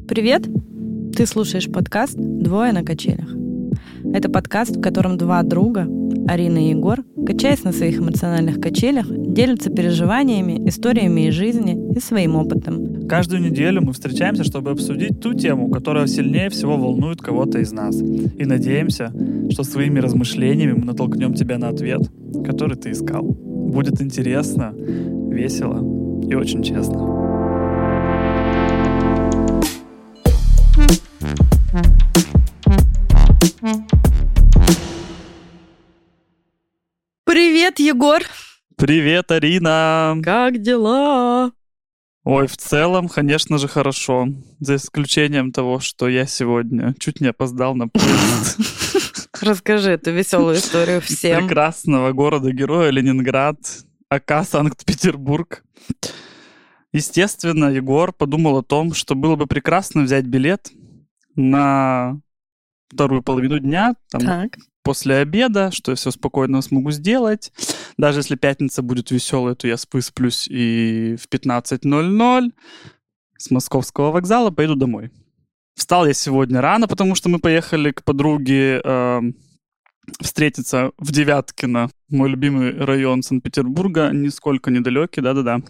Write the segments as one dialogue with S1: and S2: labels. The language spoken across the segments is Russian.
S1: Привет! Ты слушаешь подкаст «Двое на качелях». Это подкаст, в котором два друга, Арина и Егор, качаясь на своих эмоциональных качелях, делятся переживаниями, историями из жизни и своим опытом.
S2: Каждую неделю мы встречаемся, чтобы обсудить ту тему, которая сильнее всего волнует кого-то из нас. И надеемся, что своими размышлениями мы натолкнем тебя на ответ, который ты искал. Будет интересно, весело и очень честно.
S1: Привет, Егор!
S2: Привет, Арина!
S1: Как дела?
S2: Ой, в целом, конечно же, хорошо. За исключением того, что я сегодня чуть не опоздал на поезд.
S1: Расскажи эту веселую историю всем.
S2: Прекрасного города-героя Ленинград, АК Санкт-Петербург. Естественно, Егор подумал о том, что было бы прекрасно взять билет на вторую половину дня, после обеда, что я все спокойно смогу сделать. Даже если пятница будет веселая, то я высплюсь и в 15:00 с Московского вокзала поеду домой. Встал я сегодня рано, потому что мы поехали к подруге встретиться в Девяткино, мой любимый район Санкт-Петербурга, нисколько недалекий, да-да-да.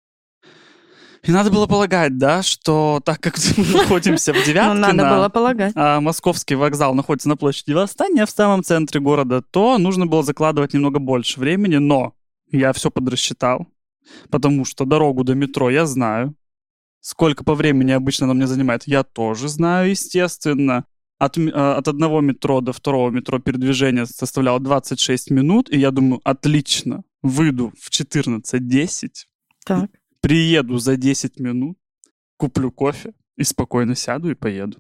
S2: И надо было полагать, да, что так как мы находимся в Девяткино,
S1: надо было полагать,
S2: а Московский вокзал находится на площади Восстания в самом центре города, то нужно было закладывать немного больше времени, но я все подрасчитал, потому что дорогу до метро я знаю. Сколько по времени обычно она мне занимает, я тоже знаю, естественно. От одного метро до второго метро передвижение составляло 26 минут, и я думаю, отлично, выйду в 14:10.
S1: Так.
S2: Приеду за 10 минут, куплю кофе и спокойно сяду и поеду.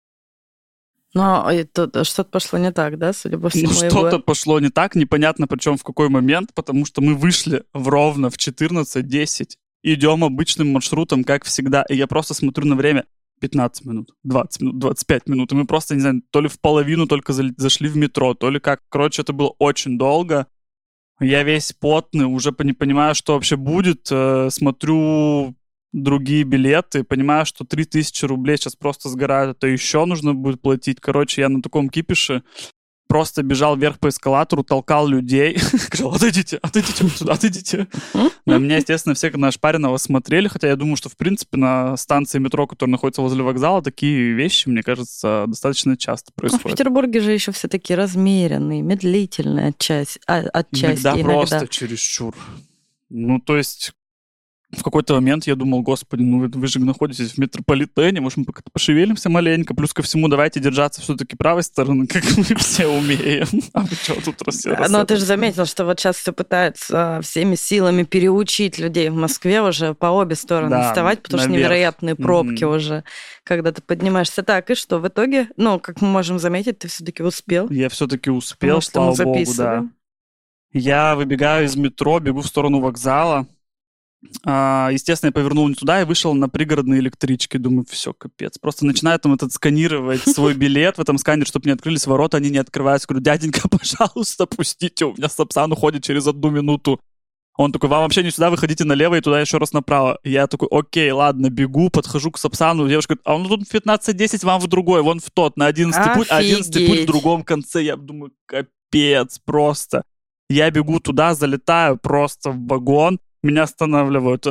S1: Но что-то пошло не так, да, судя по всему?
S2: Что-то пошло не так, непонятно причем в какой момент, потому что мы вышли ровно в 14:10, идем обычным маршрутом, как всегда, и я просто смотрю на время 15 минут, 20 минут, 25 минут, и мы просто, не знаю, то ли в половину только зашли в метро, то ли как. Короче, это было очень долго. Я весь потный, уже не понимаю, что вообще будет. Смотрю другие билеты, понимаю, что 3000 рублей сейчас просто сгорают, это еще нужно будет платить. Короче, я на таком кипише просто бежал вверх по эскалатору, толкал людей. Говорил, отойдите вот сюда, отойдите. На меня, естественно, все как на ошпаренного смотрели, хотя я думаю, что, в принципе, на станции метро, которая находится возле вокзала, такие вещи, мне кажется, достаточно часто происходят.
S1: В Петербурге же еще все такие размеренные, медлительные отчасти.
S2: Иногда просто чересчур. Ну, то есть... В какой-то момент я думал, господи, ну вы же находитесь в метрополитене, может, мы как-то пошевелимся маленько, плюс ко всему давайте держаться все-таки правой стороны, как мы все умеем. А вы что тут рассердились?
S1: Но ты же заметил, что вот сейчас все пытаются всеми силами переучить людей в Москве уже по обе стороны вставать, потому что невероятные пробки уже, когда ты поднимаешься. Так, и что, в итоге, как мы можем заметить, ты все-таки успел?
S2: Я все-таки успел, слава богу, да. Я выбегаю из метро, бегу в сторону вокзала. Естественно, я повернул не туда и вышел на пригородные электрички. Думаю, все, капец. Просто начинаю там сканировать свой билет в этом сканере, чтобы не открылись ворота, они не открываются. Говорю, дяденька, пожалуйста, пустите, у меня Сапсан уходит через 1 минуту. Он такой, вам вообще не сюда, выходите налево и туда еще раз направо. Я такой, окей, ладно, бегу, подхожу к Сапсану. Девушка говорит, он тут в 15:10, вам в другой, вон в тот, на 11-й путь, 11-й путь в другом конце. Я думаю, капец просто. Я бегу туда, залетаю просто в вагон. Меня останавливают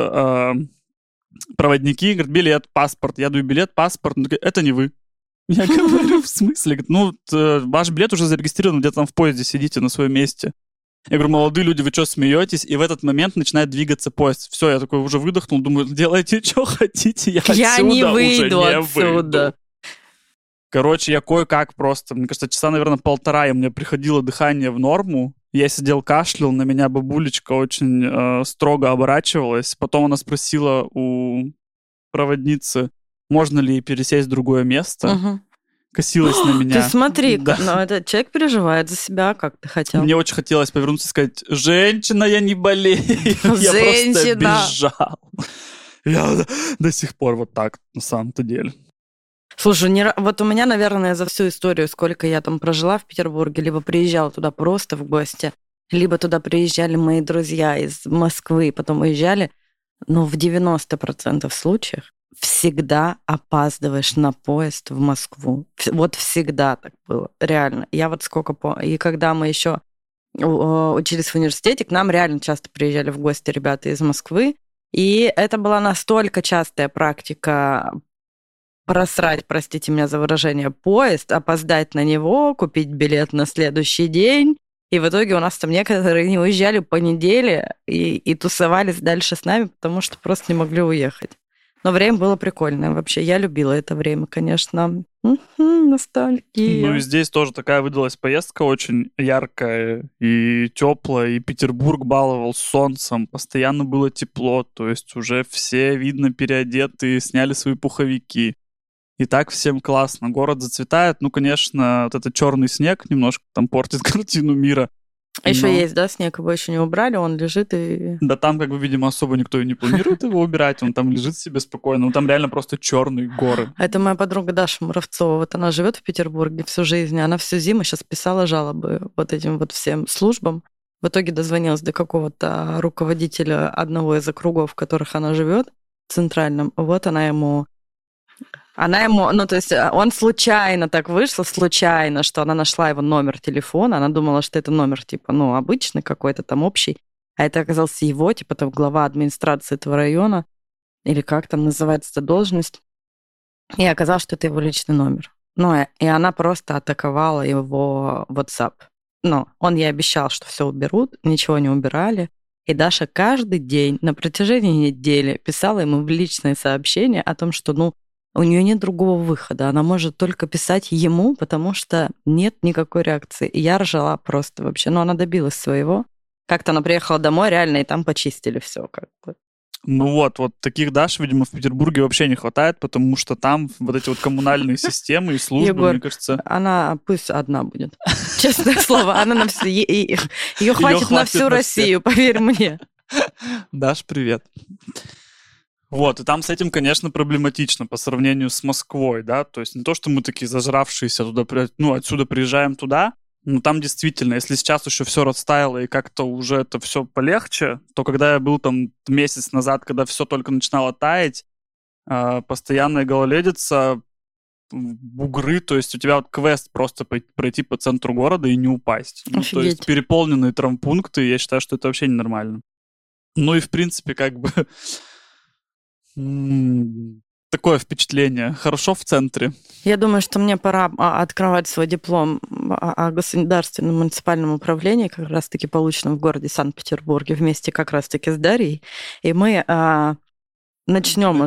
S2: проводники, говорят, билет, паспорт. Я даю билет, паспорт. Он такой, это не вы. Я говорю, в смысле? Говорит, ваш билет уже зарегистрирован, где-то там в поезде сидите на своем месте. Я говорю, молодые люди, вы что, смеетесь? И в этот момент начинает двигаться поезд. Все, я такой уже выдохнул, думаю, делайте, что хотите, я отсюда
S1: не
S2: выйду
S1: уже не
S2: отсюда. Выйду. Короче, я кое-как просто, мне кажется, часа, наверное, 1,5, и у меня приходило дыхание в норму. Я сидел, кашлял, на меня бабулечка очень строго оборачивалась. Потом она спросила у проводницы, можно ли пересесть в другое место. Косилась на меня.
S1: Ты смотри, но этот человек переживает за себя, как ты хотел.
S2: Мне очень хотелось повернуться и сказать, женщина, я не болею. Я просто бежал. Я до сих пор вот так, на самом-то деле.
S1: Слушай, вот у меня, наверное, за всю историю, сколько я там прожила в Петербурге, либо приезжала туда просто в гости, либо туда приезжали мои друзья из Москвы, потом уезжали, но в 90% случаев всегда опаздываешь на поезд в Москву. Вот всегда так было, реально. Я вот сколько помню. И когда мы еще учились в университете, к нам реально часто приезжали в гости ребята из Москвы, и это была настолько частая практика просрать, простите меня за выражение, поезд, опоздать на него, купить билет на следующий день. И в итоге у нас там некоторые не уезжали по неделе и тусовались дальше с нами, потому что просто не могли уехать. Но время было прикольное вообще. Я любила это время, конечно. Ностальгия.
S2: Ну и здесь тоже такая выдалась поездка очень яркая и теплая, и Петербург баловал солнцем, постоянно было тепло, то есть уже все, видно, переодеты, сняли свои пуховики. И так всем классно. Город зацветает. Ну, конечно, вот этот черный снег немножко там портит картину мира.
S1: Еще есть, да, снег, его еще не убрали, он лежит и...
S2: Да там, как бы, видимо, особо никто и не планирует его убирать, он там лежит себе спокойно, ну там реально просто черные горы.
S1: Это моя подруга Даша Муравцова, вот она живет в Петербурге всю жизнь, она всю зиму сейчас писала жалобы вот этим вот всем службам. В итоге дозвонилась до какого-то руководителя одного из округов, в которых она живет, центральном. Вот она ему, ну, то есть он случайно так вышел, случайно, что она нашла его номер телефона, она думала, что это номер, типа, ну, обычный какой-то там общий, а это оказался его, типа, там, глава администрации этого района, или как там называется эта должность, и оказалось, что это его личный номер. Ну, и она просто атаковала его WhatsApp. Ну, он ей обещал, что все уберут, ничего не убирали, и Даша каждый день на протяжении недели писала ему в личные сообщения о том, что, ну, у нее нет другого выхода. Она может только писать ему, потому что нет никакой реакции. И я ржала просто вообще. Но она добилась своего. Как-то она приехала домой реально, и там почистили все как бы.
S2: Ну вот таких Даш, видимо, в Петербурге вообще не хватает, потому что там вот эти вот коммунальные системы и службы,
S1: Егор,
S2: мне кажется...
S1: она пусть одна будет. Честное слово, она на все... Ее хватит на всю Россию, поверь мне.
S2: Даш, привет. Вот, и там с этим, конечно, проблематично по сравнению с Москвой, да, то есть не то, что мы такие зажравшиеся туда, ну, отсюда приезжаем туда, но там действительно, если сейчас еще все растаяло и как-то уже это все полегче, то когда я был там месяц назад, когда все только начинало таять, постоянная гололедица, бугры, то есть у тебя вот квест просто пройти по центру города и не упасть. Ну, то есть переполненные травмпункты, я считаю, что это вообще ненормально. Ну и в принципе как бы... Такое впечатление. Хорошо в центре.
S1: Я думаю, что мне пора открывать свой диплом о государственном муниципальном управлении, как раз-таки полученном в городе Санкт-Петербурге, вместе как раз-таки с Дарьей. И мы начнем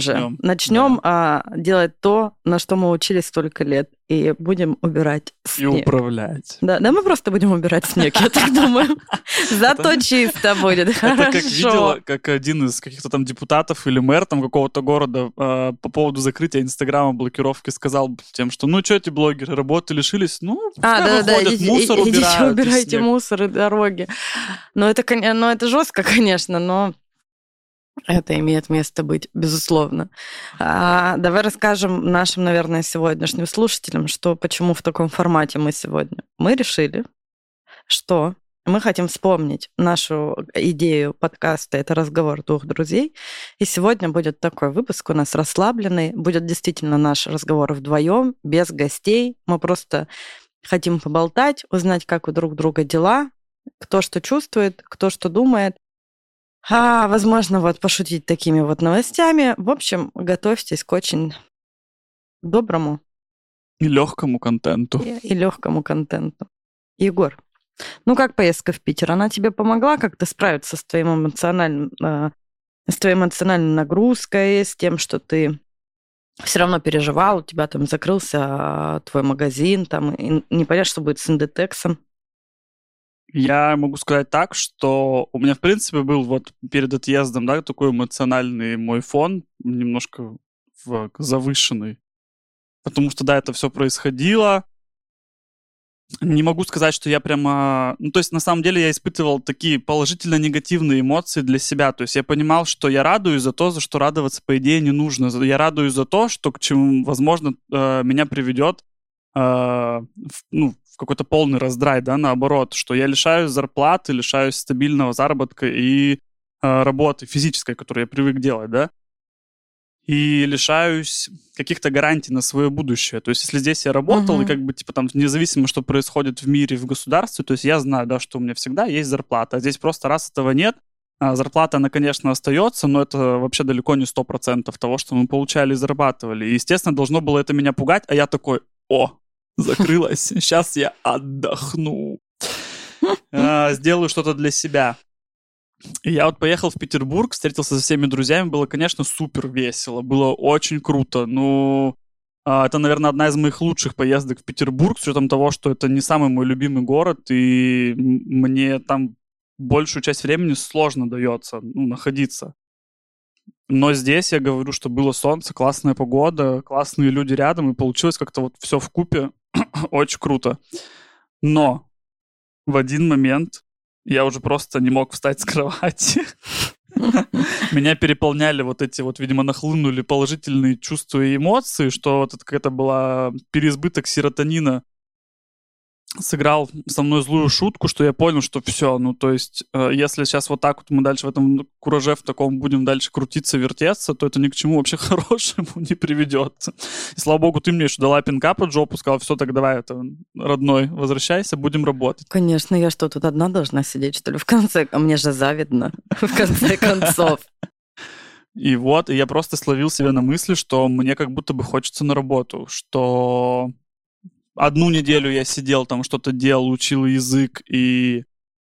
S1: делать то, на что мы учились столько лет, и будем убирать снег.
S2: И управлять.
S1: Да, мы просто будем убирать снег, я так думаю. Зато чисто будет.
S2: Это как видела, как один из каких-то там депутатов или мэр там какого-то города по поводу закрытия Инстаграма, блокировки сказал тем, что ну что эти блогеры, работы лишились, ну выходят, мусор убирают.
S1: Идите убирайте мусор и дороги. Ну это жестко, конечно, но... Это имеет место быть, безусловно. Давай расскажем нашим, наверное, сегодняшним слушателям, почему в таком формате мы сегодня. Мы решили, что мы хотим вспомнить нашу идею подкаста «Это разговор двух друзей». И сегодня будет такой выпуск у нас расслабленный. Будет действительно наш разговор вдвоем, без гостей. Мы просто хотим поболтать, узнать, как у друг друга дела, кто что чувствует, кто что думает. Возможно, вот пошутить такими вот новостями. В общем, готовьтесь к очень доброму
S2: и легкому контенту.
S1: И легкому контенту. Егор, ну как поездка в Питер? Она тебе помогла как-то справиться с твоей эмоциональной нагрузкой, с тем, что ты все равно переживал, у тебя там закрылся твой магазин, там, и непонятно, что будет с Индетексом?
S2: Я могу сказать так, что у меня, в принципе, был вот перед отъездом, да, такой эмоциональный мой фон, немножко завышенный. Потому что, да, это все происходило. Не могу сказать, что я прямо... Ну, то есть, на самом деле, я испытывал такие положительно-негативные эмоции для себя. То есть, я понимал, что я радуюсь за то, за что радоваться, по идее, не нужно. Я радуюсь за то, что к чему, возможно, меня приведет в какой-то полный раздрай, да, наоборот, что я лишаюсь зарплаты, лишаюсь стабильного заработка и работы физической, которую я привык делать, да. и лишаюсь каких-то гарантий на свое будущее. То есть если здесь я работал, и как бы типа там независимо, что происходит в мире, в государстве, то есть я знаю, да, что у меня всегда есть зарплата. А здесь просто раз этого нет, зарплата, она, конечно, остается, но это вообще далеко не 100% того, что мы получали и зарабатывали. И, естественно, должно было это меня пугать, а я такой: закрылась, сейчас я отдохну, сделаю что-то для себя. И я вот поехал в Петербург, встретился со всеми друзьями, было, конечно, супер весело, было очень круто. Это, наверное, одна из моих лучших поездок в Петербург, с учетом того, что это не самый мой любимый город, и мне там большую часть времени сложно дается находиться. Но здесь я говорю, что было солнце, классная погода, классные люди рядом, и получилось как-то вот все вкупе очень круто. Но в один момент я уже просто не мог встать с кровати. Меня переполняли вот эти вот, видимо, нахлынули положительные чувства и эмоции, что вот это какая-то была переизбыток серотонина. Сыграл со мной злую шутку, что я понял, что все, то есть, если сейчас вот так вот мы дальше в этом кураже в таком будем дальше крутиться, вертеться, то это ни к чему вообще хорошему не приведет. И, слава богу, ты мне еще дала пинка под жопу, сказала: все, так давай, родной, возвращайся, будем работать.
S1: Конечно, я что, тут одна должна сидеть, что ли, в конце? А мне же завидно, в конце концов.
S2: И я просто словил себя на мысли, что мне как будто бы хочется на работу, что... Одну неделю я сидел там, что-то делал, учил язык и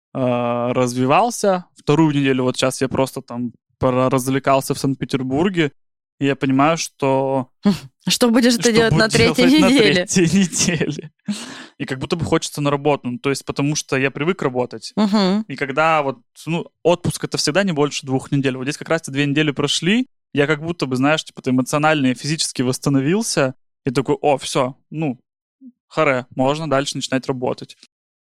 S2: развивался. Вторую неделю вот сейчас я просто там развлекался в Санкт-Петербурге. И я понимаю, что...
S1: Что будешь ты делать на третьей неделе?
S2: На третьей неделе. И как будто бы хочется на работу. То есть потому что я привык работать. И когда отпуск — это всегда не больше 2 недель. Вот здесь как раз эти 2 недели прошли. Я как будто бы, знаешь, типа эмоционально и физически восстановился. И такой: все, харе, можно дальше начинать работать.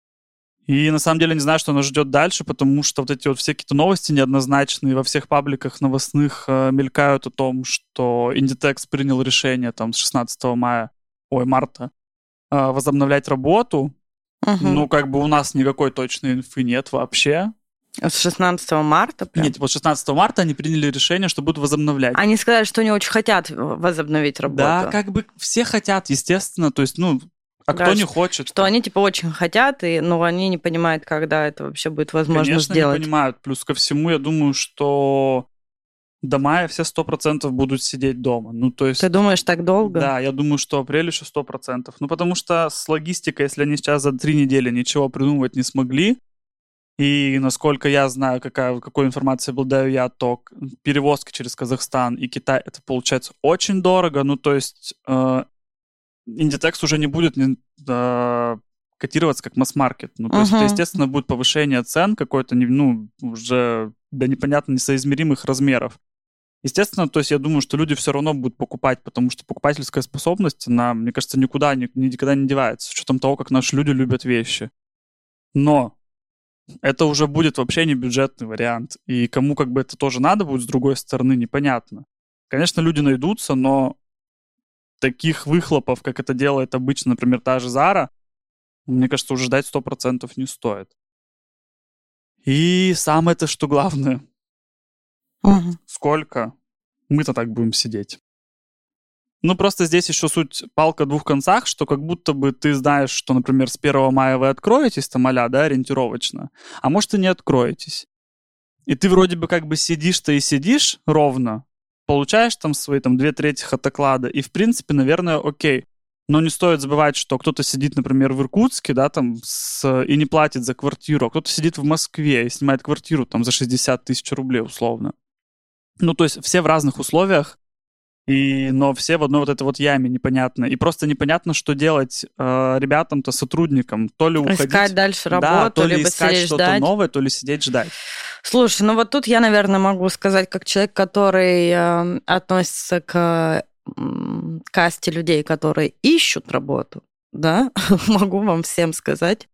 S2: И на самом деле не знаю, что нас ждет дальше, потому что вот эти вот все какие-то новости неоднозначные во всех пабликах новостных мелькают о том, что Inditex принял решение там с 16 марта возобновлять работу. Как бы у нас никакой точной инфы нет вообще.
S1: С 16 марта? Прям?
S2: Нет, вот 16 марта они приняли решение, что будут возобновлять.
S1: Они сказали, что они очень хотят возобновить работу.
S2: Да, как бы все хотят, естественно, то есть, кто не хочет?
S1: Что они, очень хотят, но они не понимают, когда это вообще будет возможно
S2: Конечно,
S1: сделать.
S2: Конечно, не понимают. Плюс ко всему, я думаю, что до мая все 100% будут сидеть дома.
S1: Ты думаешь, так долго?
S2: Да, я думаю, что апрель еще 100%. Потому что с логистикой, если они сейчас за 3 недели ничего придумывать не смогли, и насколько я знаю, какой информацией обладаю я, то перевозки через Казахстан и Китай, это получается очень дорого. То есть... Inditex уже не будет котироваться как масс-маркет. То есть это, естественно, будет повышение цен какой-то, уже до непонятно несоизмеримых размеров. Естественно, то есть я думаю, что люди все равно будут покупать, потому что покупательская способность, она, мне кажется, никогда не девается, с учетом того, как наши люди любят вещи. Но это уже будет вообще не бюджетный вариант. И кому как бы это тоже надо будет, с другой стороны, непонятно. Конечно, люди найдутся, но таких выхлопов, как это делает обычно, например, та же Zara, мне кажется, уже ждать 100% не стоит. И самое-то, что главное, сколько мы-то так будем сидеть? Просто здесь еще суть палка о 2 концах, что как будто бы ты знаешь, что, например, с 1 мая вы откроетесь, там ориентировочно, а может и не откроетесь. И ты вроде бы как бы сидишь-то и сидишь ровно, получаешь там свои 2/3 от оклада, и, в принципе, наверное, окей. Но не стоит забывать, что кто-то сидит, например, в Иркутске, да, и не платит за квартиру, а кто-то сидит в Москве и снимает квартиру там за 60 тысяч рублей условно. То есть все в разных условиях, но все в одной вот этой вот яме непонятно. И просто непонятно, что делать ребятам-то, сотрудникам. То ли уходить...
S1: Искать дальше работу,
S2: то ли
S1: либо
S2: искать
S1: сидеть
S2: что-то
S1: ждать.
S2: новое, то ли сидеть ждать.
S1: Слушай, вот тут я, наверное, могу сказать, как человек, который относится к касте людей, которые ищут работу, да, могу вам всем сказать,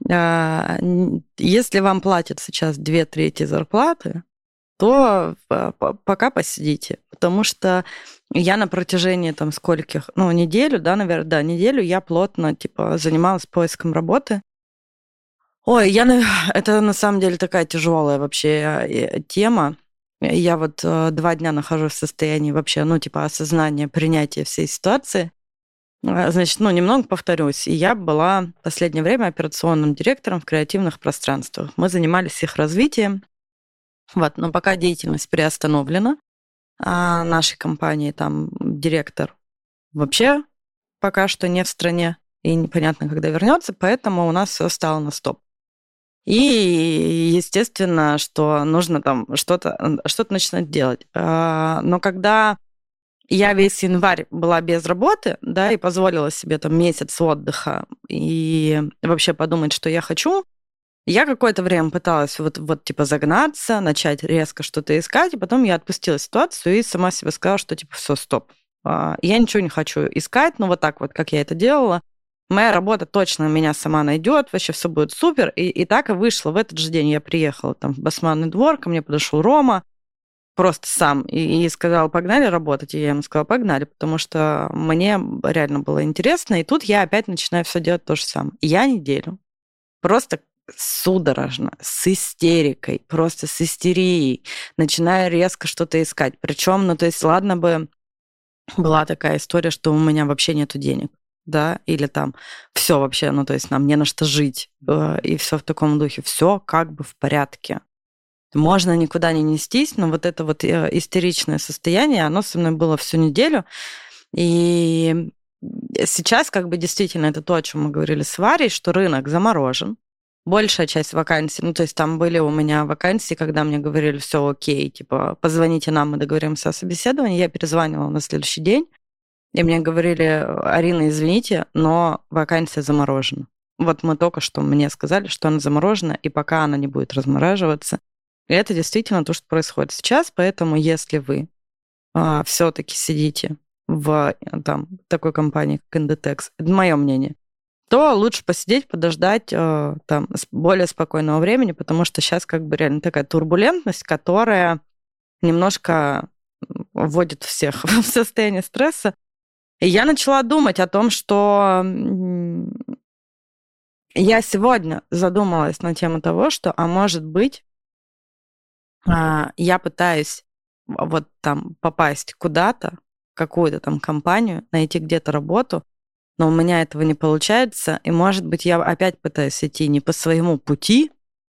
S1: если вам платят сейчас 2/3 зарплаты, то пока посидите, потому что я на протяжении скольких, неделю, да, наверное, да, неделю я плотно, занималась поиском работы. Ой, это на самом деле такая тяжелая вообще тема. Я вот 2 дня нахожусь в состоянии вообще, осознания, принятия всей ситуации. Значит, немного повторюсь. И я была в последнее время операционным директором в креативных пространствах. Мы занимались их развитием. Вот, но пока деятельность приостановлена, нашей компании там директор вообще пока что не в стране, и непонятно, когда вернется, поэтому у нас все стало на стоп. И, естественно, что нужно там что-то начинать делать. Но когда я весь январь была без работы, да, и позволила себе там месяц отдыха и вообще подумать, что я хочу, я какое-то время пыталась загнаться, начать резко что-то искать, и потом я отпустила ситуацию и сама себе сказала, что все, стоп. Я ничего не хочу искать, но вот так вот, как я это делала, моя работа точно меня сама найдет, вообще все будет супер. И так и вышло. В этот же день я приехала там в Басманный двор, ко мне подошел Рома, просто сам, и сказал, погнали работать. И я ему сказала, погнали, потому что мне реально было интересно. И тут я опять начинаю все делать то же самое. Я неделю просто судорожно, с истерикой, просто с истерией, начинаю резко что-то искать. Причем, ладно бы была такая история, что у меня вообще нету денег, да, или там все вообще, нам не на что жить, и все в таком духе, все как бы в порядке. Можно никуда не нестись, но вот это вот истеричное состояние, оно со мной было всю неделю, и сейчас как бы действительно это то, о чем мы говорили с Варей, что рынок заморожен, большая часть вакансий, там были у меня вакансии, когда мне говорили, все окей, типа, позвоните нам, мы договоримся о собеседовании. Я перезванивала на следующий день, и мне говорили, Арина, извините, но вакансия заморожена. Вот мы только что мне сказали, что она заморожена, и пока она не будет размораживаться. И это действительно то, что происходит сейчас, поэтому если вы все-таки сидите в такой компании, как Inditex, это мое мнение, то лучше посидеть, подождать более спокойного времени, потому что сейчас как бы реально такая турбулентность, которая немножко вводит всех в состояние стресса. И я начала думать о том, что я сегодня задумалась на тему того, что, может быть, я пытаюсь попасть куда-то, в какую-то там компанию, найти где-то работу, но у меня этого не получается, и, может быть, я опять пытаюсь идти не по своему пути,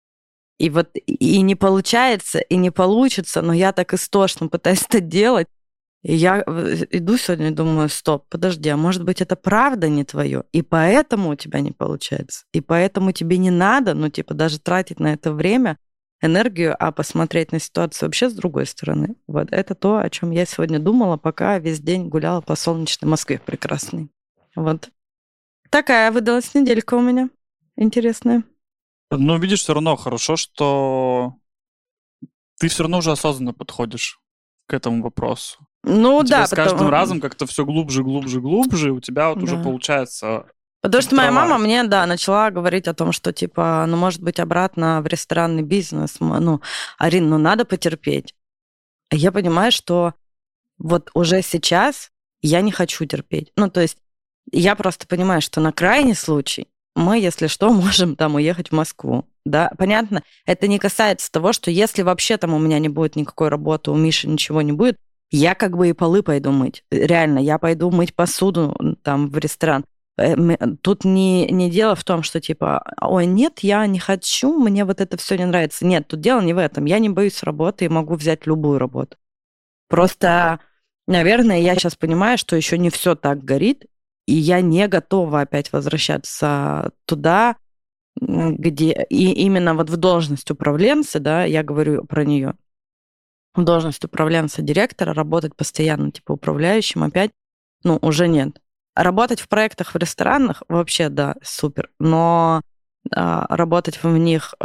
S1: и не получается, и не получится, но я так истошно пытаюсь это делать, и я иду сегодня и думаю, стоп, подожди, а может быть, это правда не твое, и поэтому у тебя не получается, и поэтому тебе не надо, даже тратить на это время, энергию, а посмотреть на ситуацию вообще с другой стороны. Вот это то, о чем я сегодня думала, пока весь день гуляла по солнечной Москве прекрасной. Вот. Такая выдалась неделька у меня. Интересная.
S2: Видишь, все равно хорошо, что ты все равно уже осознанно подходишь к этому вопросу.
S1: Да,
S2: с каждым разом как-то все глубже, глубже, у тебя уже получается...
S1: Потому что моя мама мне, начала говорить о том, что, может быть, обратно в ресторанный бизнес. Арин, надо потерпеть. А я понимаю, что вот уже сейчас я не хочу терпеть. Я просто понимаю, что на крайний случай мы, если что, можем уехать в Москву. Да, понятно, это не касается того, что если вообще у меня не будет никакой работы, у Миши ничего не будет, я как бы и полы пойду мыть. Реально, я пойду мыть посуду в ресторан. Тут не дело в том, что ой, нет, я не хочу, мне вот это все не нравится. Нет, тут дело не в этом. Я не боюсь работы и могу взять любую работу. Просто, наверное, я сейчас понимаю, что еще не все так горит, и я не готова опять возвращаться туда, где и именно вот в должность управленца, да, я говорю про нее, в должность управленца директора, работать постоянно, управляющим опять, уже нет. Работать в проектах в ресторанах вообще, да, супер, но работать в них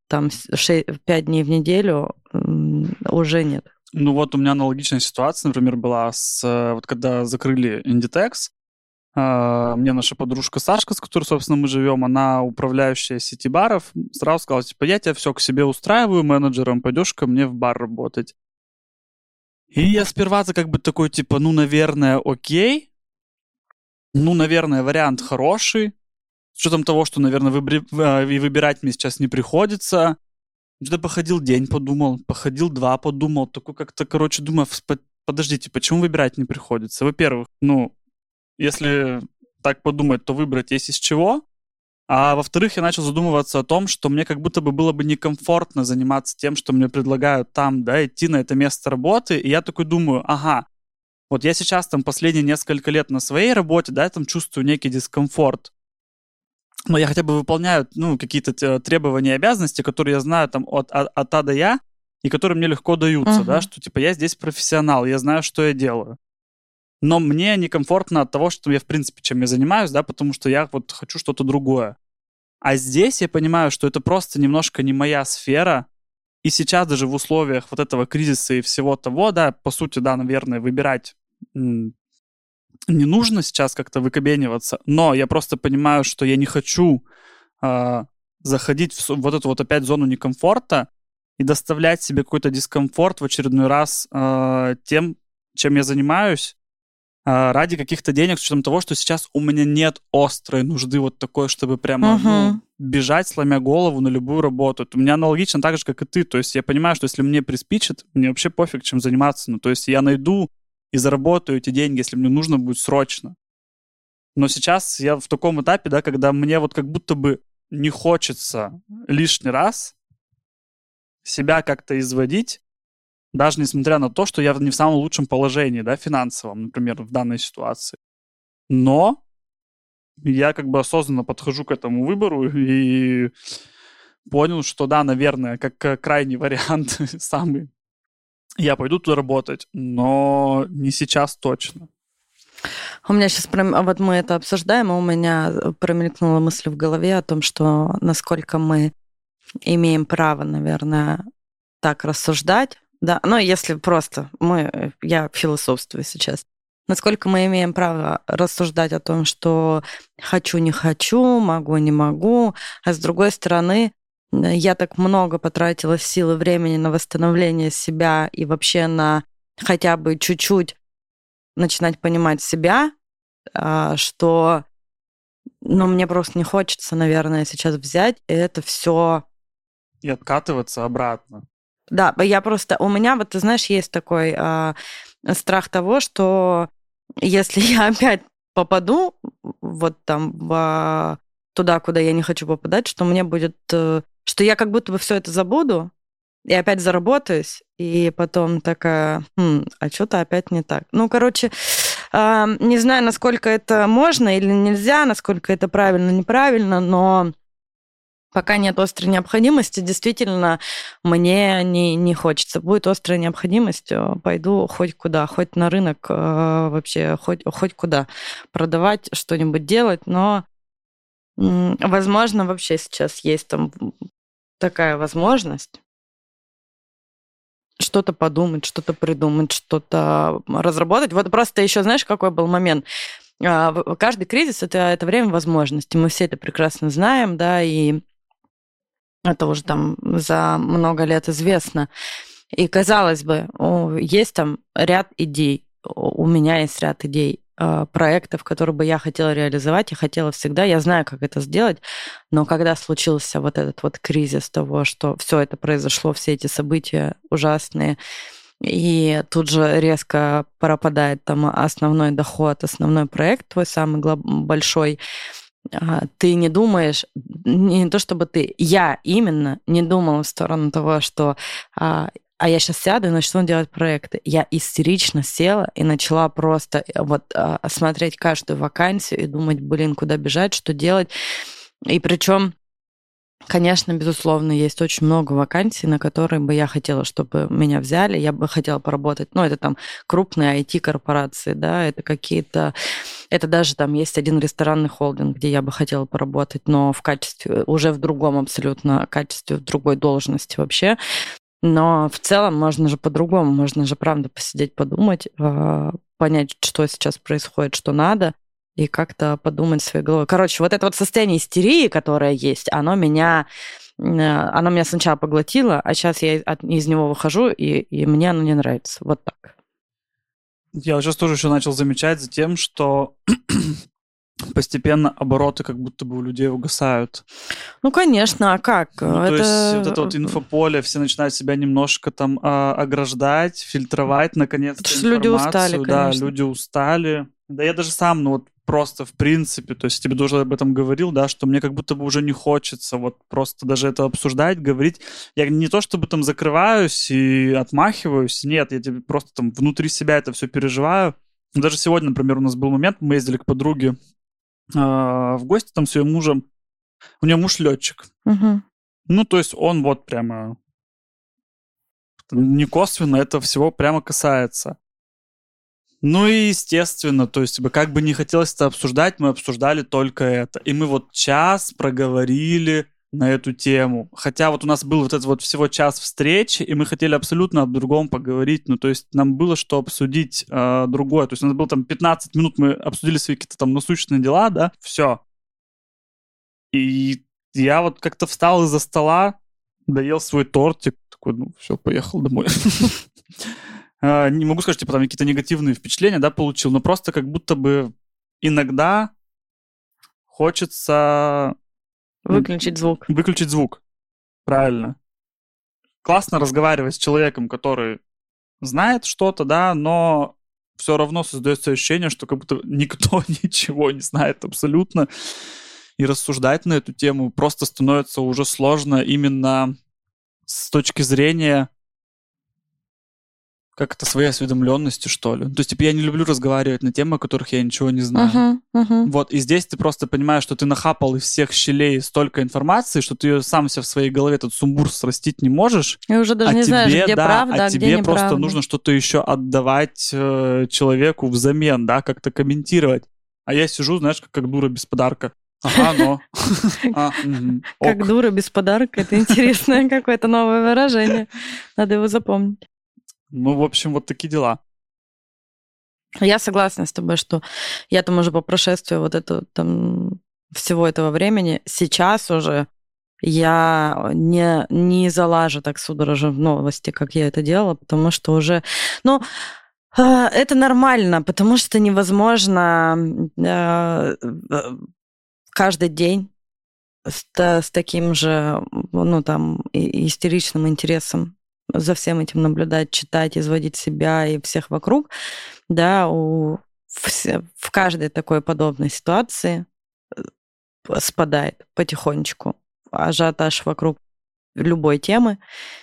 S1: 5 дней в неделю уже нет.
S2: У меня аналогичная ситуация, например, была когда закрыли Inditex. Мне наша подружка Сашка, с которой, собственно, мы живем, она управляющая сети баров, сразу сказала, я тебя все к себе устраиваю менеджером, пойдешь ко мне в бар работать. И я сперва такой, наверное, окей. Наверное, вариант хороший. С учетом того, что, наверное, выбирать мне сейчас не приходится. Что-то походил день, подумал, походил 2, подумал. Такой как-то, короче, думаю, подождите, почему выбирать не приходится? Во-первых, если так подумать, то выбрать есть из чего. А во-вторых, я начал задумываться о том, что мне как будто бы было бы некомфортно заниматься тем, что мне предлагают там, да, идти на это место работы. И я такой думаю, вот я сейчас там последние несколько лет на своей работе, да, я там чувствую некий дискомфорт. Но я хотя бы выполняю, какие-то требования и обязанности, которые я знаю там от А до Я, и которые мне легко даются, да, что типа я здесь профессионал, я знаю, что я делаю. Но мне некомфортно от того, что я, в принципе, чем я занимаюсь, да, потому что я вот хочу что-то другое. А здесь я понимаю, что это просто немножко не моя сфера, и сейчас даже в условиях вот этого кризиса и всего того, да, по сути, да, наверное, выбирать не нужно сейчас как-то выкобениваться, но я просто понимаю, что я не хочу заходить в вот эту вот опять зону некомфорта и доставлять себе какой-то дискомфорт в очередной раз тем, чем я занимаюсь, ради каких-то денег, с учетом того, что сейчас у меня нет острой нужды вот такой, чтобы прямо бежать, сломя голову на любую работу. У меня аналогично так же, как и ты. То есть я понимаю, что если мне приспичит, мне вообще пофиг, чем заниматься. То есть я найду и заработаю эти деньги, если мне нужно будет срочно. Но сейчас я в таком этапе, да, когда мне вот как будто бы не хочется лишний раз себя как-то изводить, даже несмотря на то, что я не в самом лучшем положении, да, финансовом, например, в данной ситуации. Но я как бы осознанно подхожу к этому выбору и понял, что да, наверное, как крайний вариант самый, я пойду туда работать, но не сейчас точно.
S1: У меня сейчас, вот мы это обсуждаем, и у меня промелькнула мысль в голове о том, что насколько мы имеем право, наверное, так рассуждать, да, если просто я философствую сейчас, насколько мы имеем право рассуждать о том, что хочу, не хочу, могу, не могу, а с другой стороны, я так много потратила сил и времени на восстановление себя и вообще на хотя бы чуть-чуть начинать понимать себя, что мне просто не хочется, наверное, сейчас взять и это все
S2: и откатываться обратно.
S1: Да, у меня, вот ты знаешь, есть такой страх того, что если я опять попаду вот там туда, куда я не хочу попадать, что мне будет, что я как будто бы все это забуду и опять заработаюсь, и потом такая, а что-то опять не так. Не знаю, насколько это можно или нельзя, насколько это правильно, неправильно, но пока нет острой необходимости, действительно, мне не хочется. Будет острая необходимость, пойду хоть куда, хоть на рынок, вообще хоть куда продавать, что-нибудь делать, но, возможно, вообще сейчас есть там такая возможность что-то подумать, что-то придумать, что-то разработать. Вот просто еще, знаешь, какой был момент? Каждый кризис – это время возможностей. Мы все это прекрасно знаем, да, и это уже там за много лет известно. И, казалось бы, есть там ряд идей. У меня есть ряд идей, проектов, которые бы я хотела реализовать, и хотела всегда. Я знаю, как это сделать, но когда случился вот этот вот кризис того, что все это произошло, все эти события ужасные, и тут же резко пропадает там основной доход, основной проект твой самый большой, ты не думаешь, не то чтобы я именно не думала в сторону того, что я сейчас сяду и начну делать проекты. Я истерично села и начала просто смотреть каждую вакансию и думать, куда бежать, что делать. И причем, конечно, безусловно, есть очень много вакансий, на которые бы я хотела, чтобы меня взяли. Я бы хотела поработать. Это там крупные IT-корпорации, да, это какие-то... Это даже там есть один ресторанный холдинг, где я бы хотела поработать, но в качестве, уже в другом абсолютно качестве, в другой должности вообще. Но в целом можно же по-другому, можно же, правда, посидеть, подумать, понять, что сейчас происходит, что надо, и как-то подумать своей головой. Короче, вот это вот состояние истерии, которое есть, оно меня сначала поглотило, а сейчас я из него выхожу, и мне оно не нравится. Вот так.
S2: Я сейчас тоже еще начал замечать за тем, что постепенно обороты как будто бы у людей угасают.
S1: Ну, конечно, а как?
S2: То есть вот это вот инфополе, все начинают себя немножко там ограждать, фильтровать, наконец-то,
S1: потому что люди устали,
S2: да,
S1: конечно.
S2: люди устали. Да я даже сам, ну вот просто в принципе, то есть тебе тоже об этом говорил, да, что мне как будто бы уже не хочется вот просто даже это обсуждать, говорить. Я не то чтобы там закрываюсь и отмахиваюсь, нет, я тебе просто там внутри себя это все переживаю. Даже сегодня, например, у нас был момент, мы ездили к подруге в гости там с ее мужем. У нее муж летчик.
S1: Угу.
S2: Ну, то есть он вот прямо не косвенно это всего прямо касается. Ну и естественно, то есть как бы не хотелось это обсуждать, мы обсуждали только это. И мы вот час проговорили на эту тему. Хотя вот у нас был вот этот вот всего час встречи, и мы хотели абсолютно об другом поговорить. Ну, то есть нам было что обсудить другое. То есть у нас было там 15 минут, мы обсудили свои какие-то там насущные дела, да, все. И я вот как-то встал из-за стола, доел свой тортик, такой, ну, все, поехал домой. Не могу сказать, типа, там какие-то негативные впечатления, да, получил, но просто как будто бы иногда хочется...
S1: Выключить звук.
S2: Выключить звук, правильно. Классно разговаривать с человеком, который знает что-то, да, но все равно создается ощущение, что как будто никто ничего не знает абсолютно. И рассуждать на эту тему просто становится уже сложно именно с точки зрения как-то своей осведомленности, что ли. То есть, типа, я не люблю разговаривать на темы, о которых я ничего не знаю. Вот, и здесь ты просто понимаешь, что ты нахапал из всех щелей столько информации, что ты ее сам себе в своей голове этот сумбур срастить не можешь.
S1: И уже даже не знаешь, где правда, а где
S2: тебе
S1: неправда.
S2: Просто нужно что-то еще отдавать человеку взамен, да, как-то комментировать. А я сижу, знаешь, как дура без подарка. Ага, но.
S1: Как дура без подарка. Это интересное какое-то новое выражение. Надо его запомнить.
S2: Ну, в общем, вот такие дела.
S1: Я согласна с тобой, что я там уже по прошествию вот этого там всего этого времени сейчас уже я не залажу так судорожно в новости, как я это делала, потому что уже... Ну, это нормально, потому что невозможно каждый день с таким же, ну, там, истеричным интересом за всем этим наблюдать, читать, изводить себя и всех вокруг, да, в каждой такой подобной ситуации спадает потихонечку ажиотаж вокруг любой темы,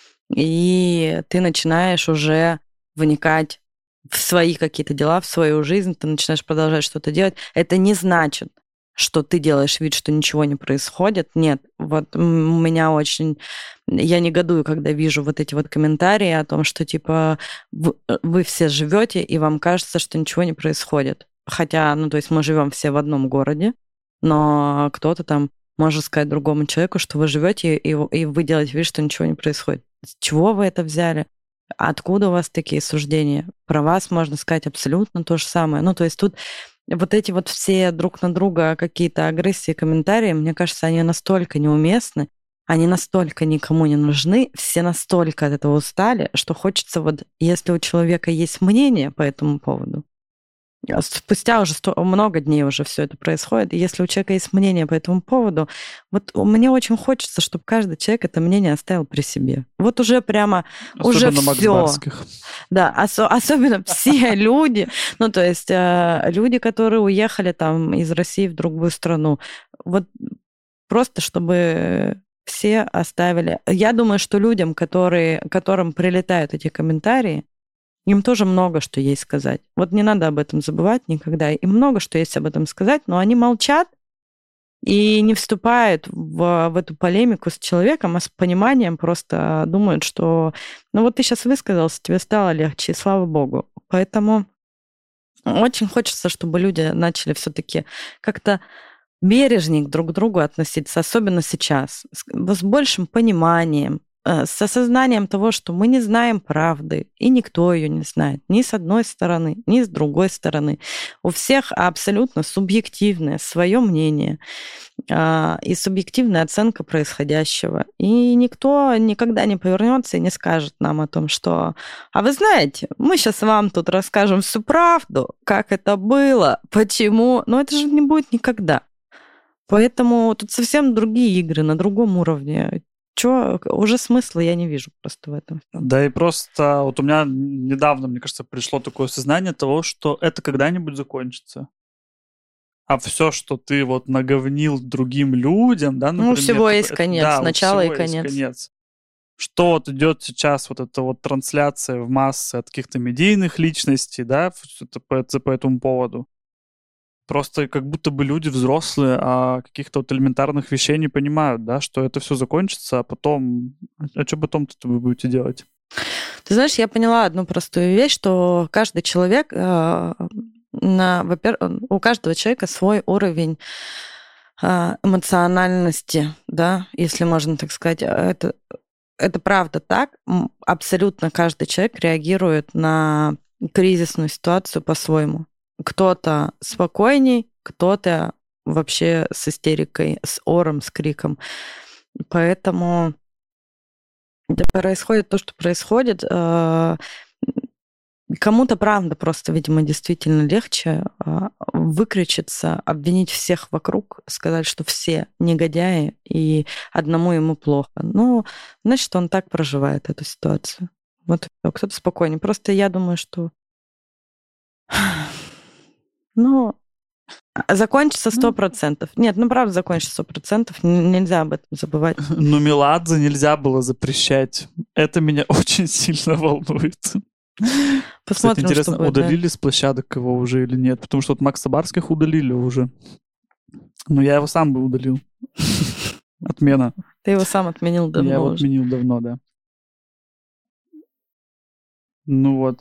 S1: и ты начинаешь уже вникать в свои какие-то дела, в свою жизнь, ты начинаешь продолжать что-то делать. Это не значит, что ты делаешь вид, что ничего не происходит. Нет, вот у меня очень... Я негодую, когда вижу вот эти вот комментарии о том, что, типа, вы все живете, и вам кажется, что ничего не происходит. Хотя, ну, то есть мы живем все в одном городе, но кто-то там может сказать другому человеку, что вы живете, и вы делаете вид, что ничего не происходит. С чего вы это взяли? Откуда у вас такие суждения? Про вас можно сказать абсолютно то же самое. Ну, то есть тут вот эти вот все друг на друга какие-то агрессии, комментарии, мне кажется, они настолько неуместны, они настолько никому не нужны, все настолько от этого устали, что хочется вот, если у человека есть мнение по этому поводу, спустя уже много дней уже все это происходит, и если у человека есть мнение по этому поводу, вот мне очень хочется, чтобы каждый человек это мнение оставил при себе. Вот уже прямо,
S2: особенно
S1: уже все. Да, особенно все люди, ну, то есть люди, которые уехали там из России в другую страну, вот просто чтобы все оставили. Я думаю, что людям, которым прилетают эти комментарии, им тоже много что есть сказать. Вот не надо об этом забывать никогда. Им много что есть об этом сказать, но они молчат и не вступают в эту полемику с человеком, а с пониманием просто думают, что ну вот ты сейчас высказался, тебе стало легче, и слава богу. Поэтому очень хочется, чтобы люди начали все-таки как-то бережнее друг к другу относиться, особенно сейчас, с большим пониманием, с осознанием того, что мы не знаем правды, и никто ее не знает, ни с одной стороны, ни с другой стороны. У всех абсолютно субъективное свое мнение и субъективная оценка происходящего. И никто никогда не повернется и не скажет нам о том, что а вы знаете, мы сейчас вам тут расскажем всю правду, как это было, почему. Но это же не будет никогда. Поэтому тут совсем другие игры на другом уровне. Уже смысла я не вижу просто в этом.
S2: Да и просто вот у меня недавно, мне кажется, пришло такое сознание того, что это когда-нибудь закончится. А все, что ты вот наговнил другим людям, да, например...
S1: Ну, всего есть конец,
S2: да,
S1: начало
S2: вот
S1: и конец.
S2: Есть конец. Что вот идет сейчас, вот эта вот трансляция в массы от каких-то медийных личностей, да, по этому поводу. Просто как будто бы люди взрослые, а каких-то вот элементарных вещей не понимают, да, что это все закончится, а потом... А что потом-то вы будете делать?
S1: Ты знаешь, я поняла одну простую вещь, что каждый человек... Во-первых, у каждого человека свой уровень эмоциональности, да, если можно так сказать. Это правда так. Абсолютно каждый человек реагирует на кризисную ситуацию по-своему. Кто-то спокойней, кто-то вообще с истерикой, с ором, с криком. Поэтому происходит то, что происходит. Кому-то, правда, просто, видимо, действительно легче выкричиться, обвинить всех вокруг, сказать, что все негодяи, и одному ему плохо. Ну, значит, он так проживает эту ситуацию. Вот кто-то спокойнее. Просто я думаю, что... Ну, закончится 100%. Нет, ну, правда, закончится 100%. Нельзя об этом забывать.
S2: Ну, Меладзе нельзя было запрещать. Это меня очень сильно волнует.
S1: Посмотрим,
S2: кстати, интересно,
S1: что будет,
S2: удалили с площадок его уже или нет? Потому что вот Макса Барских удалили уже. Но я его сам бы удалил. Отмена.
S1: Ты его сам отменил давно.
S2: Я его отменил давно, да. Ну вот.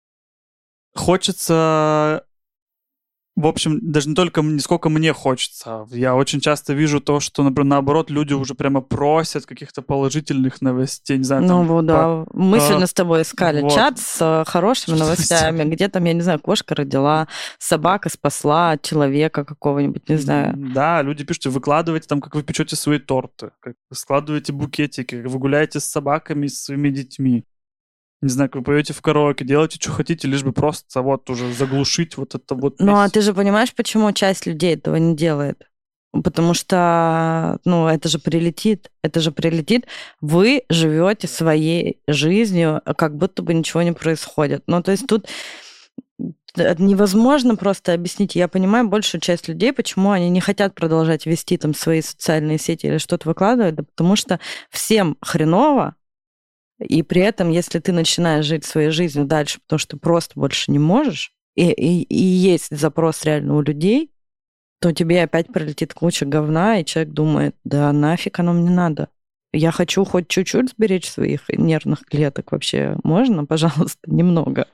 S2: Хочется... В общем, даже не сколько мне хочется. Я очень часто вижу то, что, например, наоборот, люди уже прямо просят каких-то положительных новостей. Не знаю,
S1: ну,
S2: там,
S1: да. Мы сегодня с тобой искали
S2: вот.
S1: чат с хорошими новостями, где там, я не знаю, кошка родила, собака спасла человека какого-нибудь, не знаю.
S2: Да, люди пишут, выкладывайте там, как вы печете свои торты, как вы складываете букетики, как вы гуляете с собаками, с своими детьми. Не знаю, как вы поете в караоке, делайте, что хотите, лишь бы просто вот уже заглушить вот это вот.
S1: Ну, а ты же понимаешь, почему часть людей этого не делает? Потому что, ну, это же прилетит. Вы живете своей жизнью, как будто бы ничего не происходит. Ну, то есть тут невозможно просто объяснить. Я понимаю большую часть людей, почему они не хотят продолжать вести там свои социальные сети или что-то выкладывать, да потому что всем хреново. И при этом, если ты начинаешь жить своей жизнью дальше, потому что просто больше не можешь, и есть запрос реально у людей, то тебе опять прилетит куча говна, и человек думает, да нафиг оно мне надо. Я хочу хоть чуть-чуть сберечь своих нервных клеток. Вообще можно, пожалуйста, немного.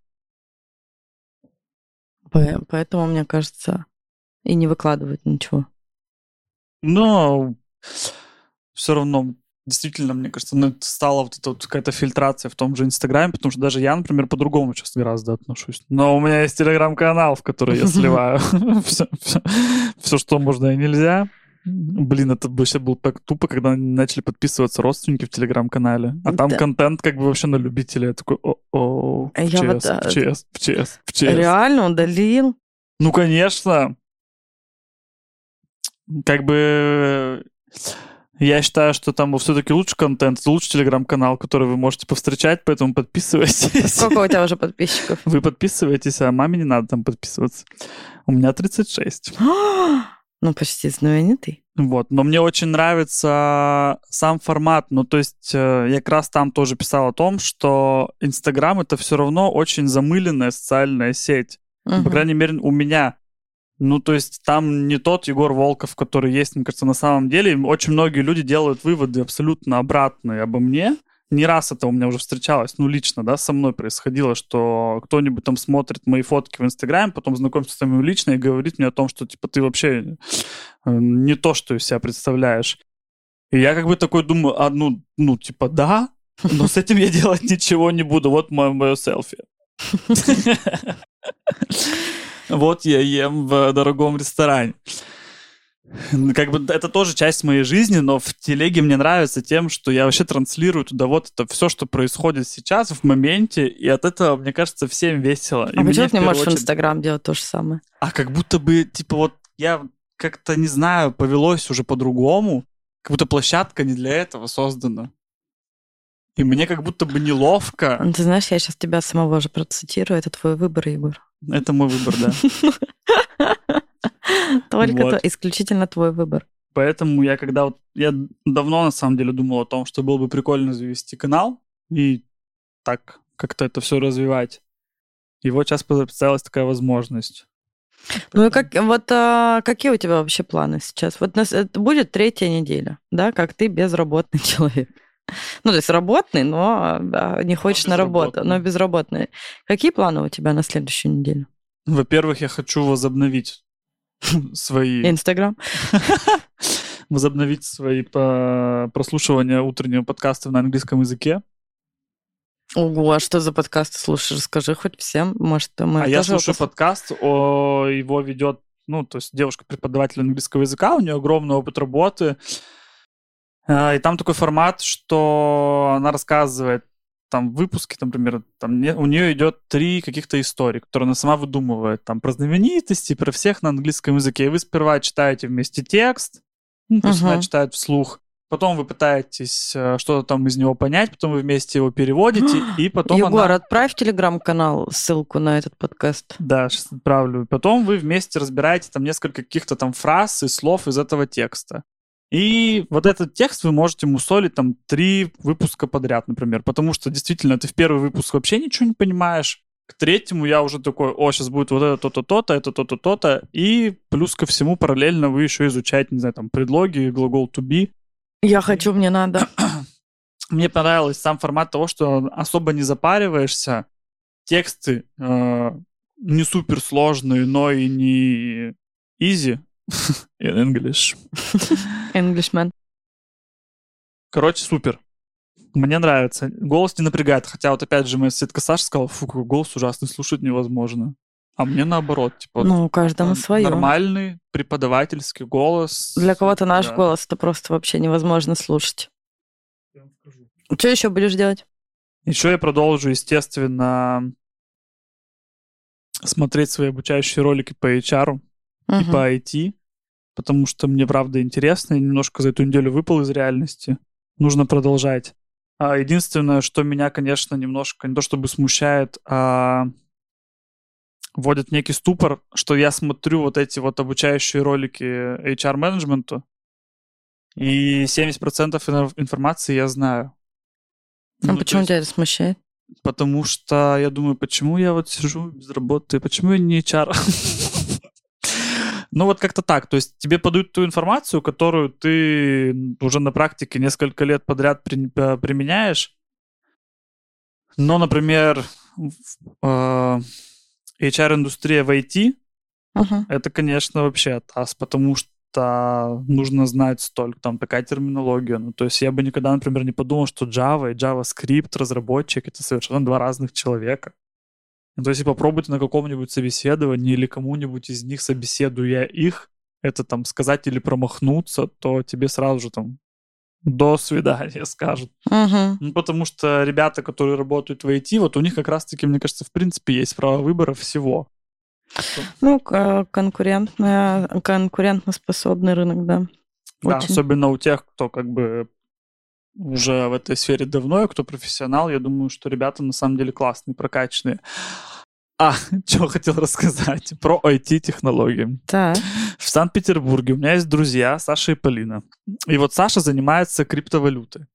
S1: Поэтому, мне кажется, и не выкладывать ничего.
S2: Но все равно... Действительно, мне кажется, стала вот эта вот какая-то фильтрация в том же Инстаграме, потому что даже я, например, по-другому сейчас гораздо отношусь. Но у меня есть Телеграм-канал, в который я сливаю все, что можно и нельзя. Блин, это вообще было так тупо, когда начали подписываться родственники в Телеграм-канале. А там контент как бы вообще на любителя. Я такой, в ЧС.
S1: Реально удалил?
S2: Ну, конечно. Как бы... Я считаю, что там все-таки лучше контент, лучше Телеграм-канал, который вы можете повстречать, поэтому подписывайтесь.
S1: Сколько у тебя уже подписчиков?
S2: Вы подписываетесь, а маме не надо там подписываться. У меня 36.
S1: Ну, почти знаменитый.
S2: Вот, но мне очень нравится сам формат. Ну, то есть я как раз там тоже писал о том, что Инстаграм — это все равно очень замыленная социальная сеть. По крайней мере, у меня. Ну, то есть там не тот Егор Волков, который есть, мне кажется, на самом деле. Очень многие люди делают выводы абсолютно обратные обо мне. Не раз это у меня уже встречалось, ну, лично, да, со мной происходило, что кто-нибудь там смотрит мои фотки в Инстаграме, потом знакомится со мной лично и говорит мне о том, что, типа, ты вообще не то, что из себя представляешь. И я как бы такой думаю, типа, да, Но с этим я делать ничего не буду. Вот мое селфи. Вот я ем в дорогом ресторане. Как бы это тоже часть моей жизни, но в телеге мне нравится тем, что я вообще транслирую туда вот это все, что происходит сейчас, в моменте, и от этого, мне кажется, всем весело.
S1: А почему ты не можешь в Инстаграм делать то же самое?
S2: А как будто бы, типа, вот я как-то, не знаю, повелось уже по-другому, как будто площадка не для этого создана. И мне как будто бы неловко.
S1: Ты знаешь, я сейчас тебя самого же процитирую. Это твой выбор, Егор.
S2: Это мой выбор, да.
S1: Только исключительно твой выбор.
S2: Поэтому я давно, на самом деле, думал о том, что было бы прикольно завести канал и так как-то это все развивать. И вот сейчас представилась такая возможность.
S1: Ну и какие у тебя вообще планы сейчас? Вот это будет 3-я неделя, да, как ты безработный человек. Ну, то есть работный, но не хочешь на работу, но безработный. Какие планы у тебя на следующую неделю?
S2: Во-первых, я хочу возобновить свои...
S1: Инстаграм?
S2: Возобновить свои прослушивания утреннего подкаста на английском языке.
S1: Ого, а что за подкасты слушаешь? Расскажи хоть всем. Может, мы
S2: я слушаю подкаст, его ведет, то есть девушка-преподаватель английского языка, у нее огромный опыт работы. И там такой формат, что она рассказывает там выпуски, например, у нее идет 3 каких-то истории, которые она сама выдумывает, там про знаменитости, про всех на английском языке. И вы сперва читаете вместе текст, то есть она читает вслух, потом вы пытаетесь что-то там из него понять, потом вы вместе его переводите, и потом
S1: Егор, отправь в Телеграм-канал ссылку на этот подкаст.
S2: Да, сейчас отправлю. Потом вы вместе разбираете там несколько каких-то там фраз и слов из этого текста. И вот этот текст вы можете мусолить там 3 выпуска подряд, например, потому что действительно ты в первый выпуск вообще ничего не понимаешь, к 3-му я уже такой, сейчас будет вот это то-то, то-то, это то-то, то-то, и плюс ко всему параллельно вы еще изучаете, не знаю, там предлоги, глагол to be.
S1: Я хочу, мне надо.
S2: Мне понравился сам формат того, что особо не запариваешься, тексты не супер сложные, но и не easy. In English.
S1: Englishman.
S2: Короче, супер. Мне нравится. Голос не напрягает. Хотя вот опять же моя соседка Саша сказала, какой голос ужасный, слушать невозможно. А мне наоборот. Типа,
S1: каждому свое.
S2: Нормальный преподавательский голос.
S1: Для кого-то наш голос это просто вообще невозможно слушать. Что еще будешь делать?
S2: Еще я продолжу, естественно, смотреть свои обучающие ролики по HR и по IT, потому что мне правда интересно. Я немножко за эту неделю выпал из реальности. Нужно продолжать. Единственное, что меня, конечно, немножко, не то чтобы смущает, а вводит некий ступор, что я смотрю вот эти вот обучающие ролики HR-менеджменту, и 70% информации я знаю.
S1: А почему тебя это смущает?
S2: Потому что я думаю, почему я вот сижу без работы, почему я не HR? Ну вот как-то так. То есть тебе подают ту информацию, которую ты уже на практике несколько лет подряд применяешь. Но, например, HR-индустрия в IT, это, конечно, вообще атас, потому что нужно знать столько, там такая терминология. Ну, то есть я бы никогда, например, не подумал, что Java и JavaScript разработчик — это совершенно 2 разных человека. Ну, то есть попробуйте на каком-нибудь собеседовании или кому-нибудь из них, собеседуя их, это там сказать или промахнуться, то тебе сразу же там до свидания скажут. Ну, потому что ребята, которые работают в IT, вот у них как раз-таки, мне кажется, в принципе есть право выбора всего.
S1: Ну, конкурентоспособный рынок, да.
S2: Да, особенно у тех, кто как бы уже в этой сфере давно, и кто профессионал, я думаю, что ребята на самом деле классные, прокачанные. Что хотел рассказать про IT-технологии.
S1: Так.
S2: В Санкт-Петербурге у меня есть друзья Саша и Полина. И вот Саша занимается криптовалютой.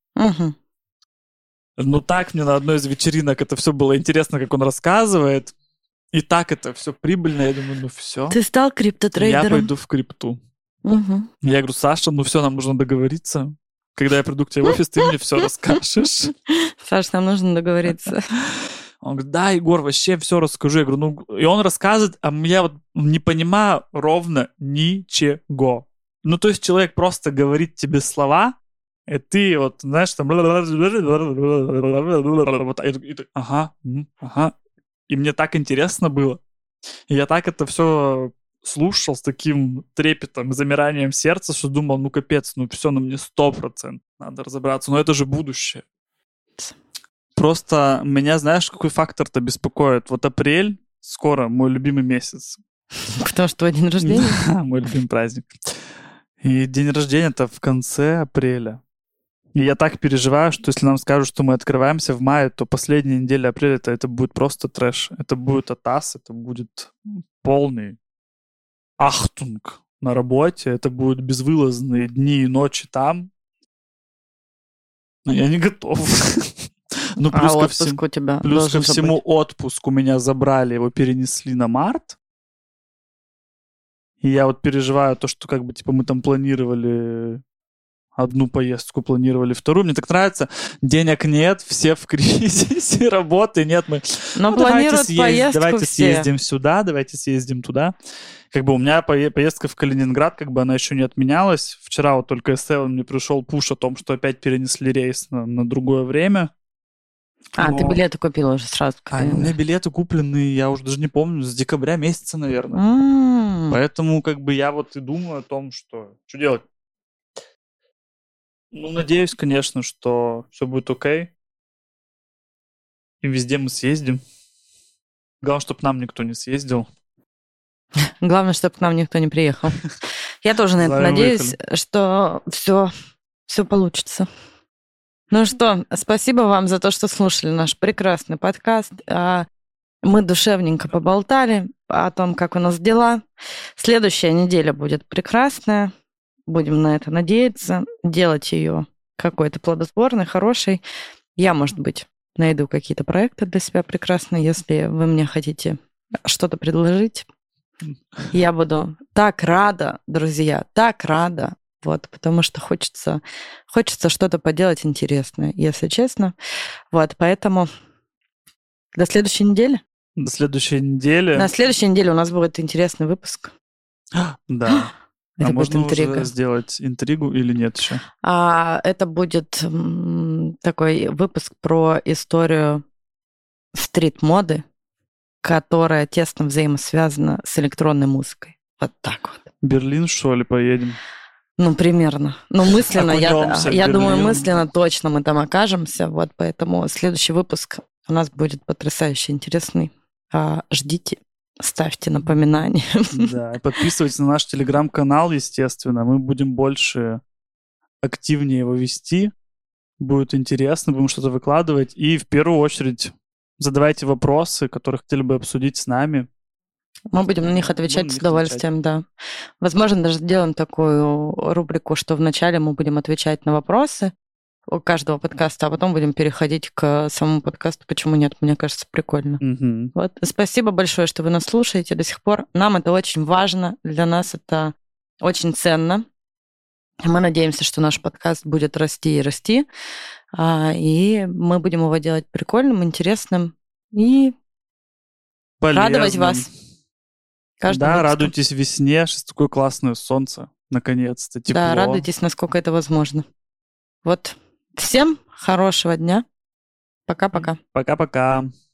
S2: Ну так мне на одной из вечеринок это все было интересно, как он рассказывает. И так это все прибыльно. Я думаю, ну все.
S1: Ты стал криптотрейдером?
S2: Я пойду в крипту. Я говорю, Саша, ну все, нам нужно договориться. Когда я приду к тебе в офис, ты мне все расскажешь.
S1: Саш, нам нужно договориться.
S2: Он говорит, да, Егор, вообще все расскажу. Я говорю, и он рассказывает, а я вот не понимаю ровно ничего. Ну, то есть человек просто говорит тебе слова, И ты вот, знаешь, там... Ага, ага. И мне так интересно было. И я так это все слушал с таким трепетом, замиранием сердца, что думал, ну капец, ну все, ну мне 100% надо разобраться. Но это же будущее. Просто меня, знаешь, какой фактор-то беспокоит? Вот апрель скоро мой любимый месяц.
S1: Потому что твой день рождения?
S2: Да, мой любимый праздник. И день рождения-то в конце апреля. И я так переживаю, что если нам скажут, что мы открываемся в мае, то последняя неделя апреля это будет просто трэш. Это будет атас, это будет полный ахтунг на работе, это будут безвылазные дни и ночи там. Но я не готов. Ну, плюс ко
S1: отпуск у тебя
S2: плюс ко
S1: должен
S2: всему
S1: быть.
S2: отпуск у меня забрали, его перенесли на март. И я вот переживаю то, что как бы типа мы там планировали одну поездку, планировали вторую. Мне так нравится, денег нет, все в кризисе, работы нет. Мы,
S1: Но планируют поездку
S2: давайте
S1: все.
S2: съездим сюда, давайте съездим туда. Как бы у меня поездка в Калининград, как бы она еще не отменялась. Вчера вот только мне пришел пуш о том, что опять перенесли рейс на другое время.
S1: Ты билеты купила уже сразу?
S2: У меня билеты куплены, я уже даже не помню, с декабря месяца, наверное. Поэтому как бы я вот и думаю о том, что делать. Ну, надеюсь, конечно, что все будет окей. И везде мы съездим. Главное, чтобы к нам никто не съездил.
S1: Главное, чтобы к нам никто не приехал. Я тоже на это надеюсь, что все получится. Ну что, спасибо вам за то, что слушали наш прекрасный подкаст. Мы душевненько поболтали о том, как у нас дела. Следующая неделя будет прекрасная. Будем на это надеяться. Делать ее какой-то плодотворной, хорошей. Я, может быть, найду какие-то проекты для себя прекрасные, если вы мне хотите что-то предложить. Я буду так рада, друзья, так рада. Вот, потому что хочется что-то поделать интересное, если честно. Вот, поэтому до следующей недели.
S2: До следующей недели.
S1: На следующей неделе у нас будет интересный выпуск.
S2: Да.
S1: Это
S2: можно
S1: интрига.
S2: Уже сделать интригу или нет еще?
S1: Это будет такой выпуск про историю стрит-моды, которая тесно взаимосвязана с электронной музыкой. Вот так вот.
S2: Берлин, что ли, поедем?
S1: Ну, примерно. Ну, мысленно, я думаю,
S2: Берлин.
S1: мысленно точно мы там окажемся. Вот, поэтому следующий выпуск у нас будет потрясающе интересный. Ждите, ставьте напоминания.
S2: Да, и подписывайтесь на наш телеграм-канал, естественно. Мы будем больше активнее его вести. Будет интересно, будем что-то выкладывать. И в первую очередь задавайте вопросы, которые хотели бы обсудить с нами.
S1: Мы будем на них отвечать с удовольствием, да. Возможно, даже сделаем такую рубрику, что вначале мы будем отвечать на вопросы у каждого подкаста, а потом будем переходить к самому подкасту. Почему нет? Мне кажется, прикольно.
S2: Угу.
S1: Вот. Спасибо большое, что вы нас слушаете до сих пор. Нам это очень важно, для нас это очень ценно. Мы надеемся, что наш подкаст будет расти и расти, и мы будем его делать прикольным, интересным и
S2: полезным.
S1: Радовать вас.
S2: Да, радуйтесь весне, сейчас такое классное солнце, наконец-то, тепло.
S1: Да, радуйтесь, насколько это возможно. Вот, всем хорошего дня. Пока-пока.
S2: Пока-пока.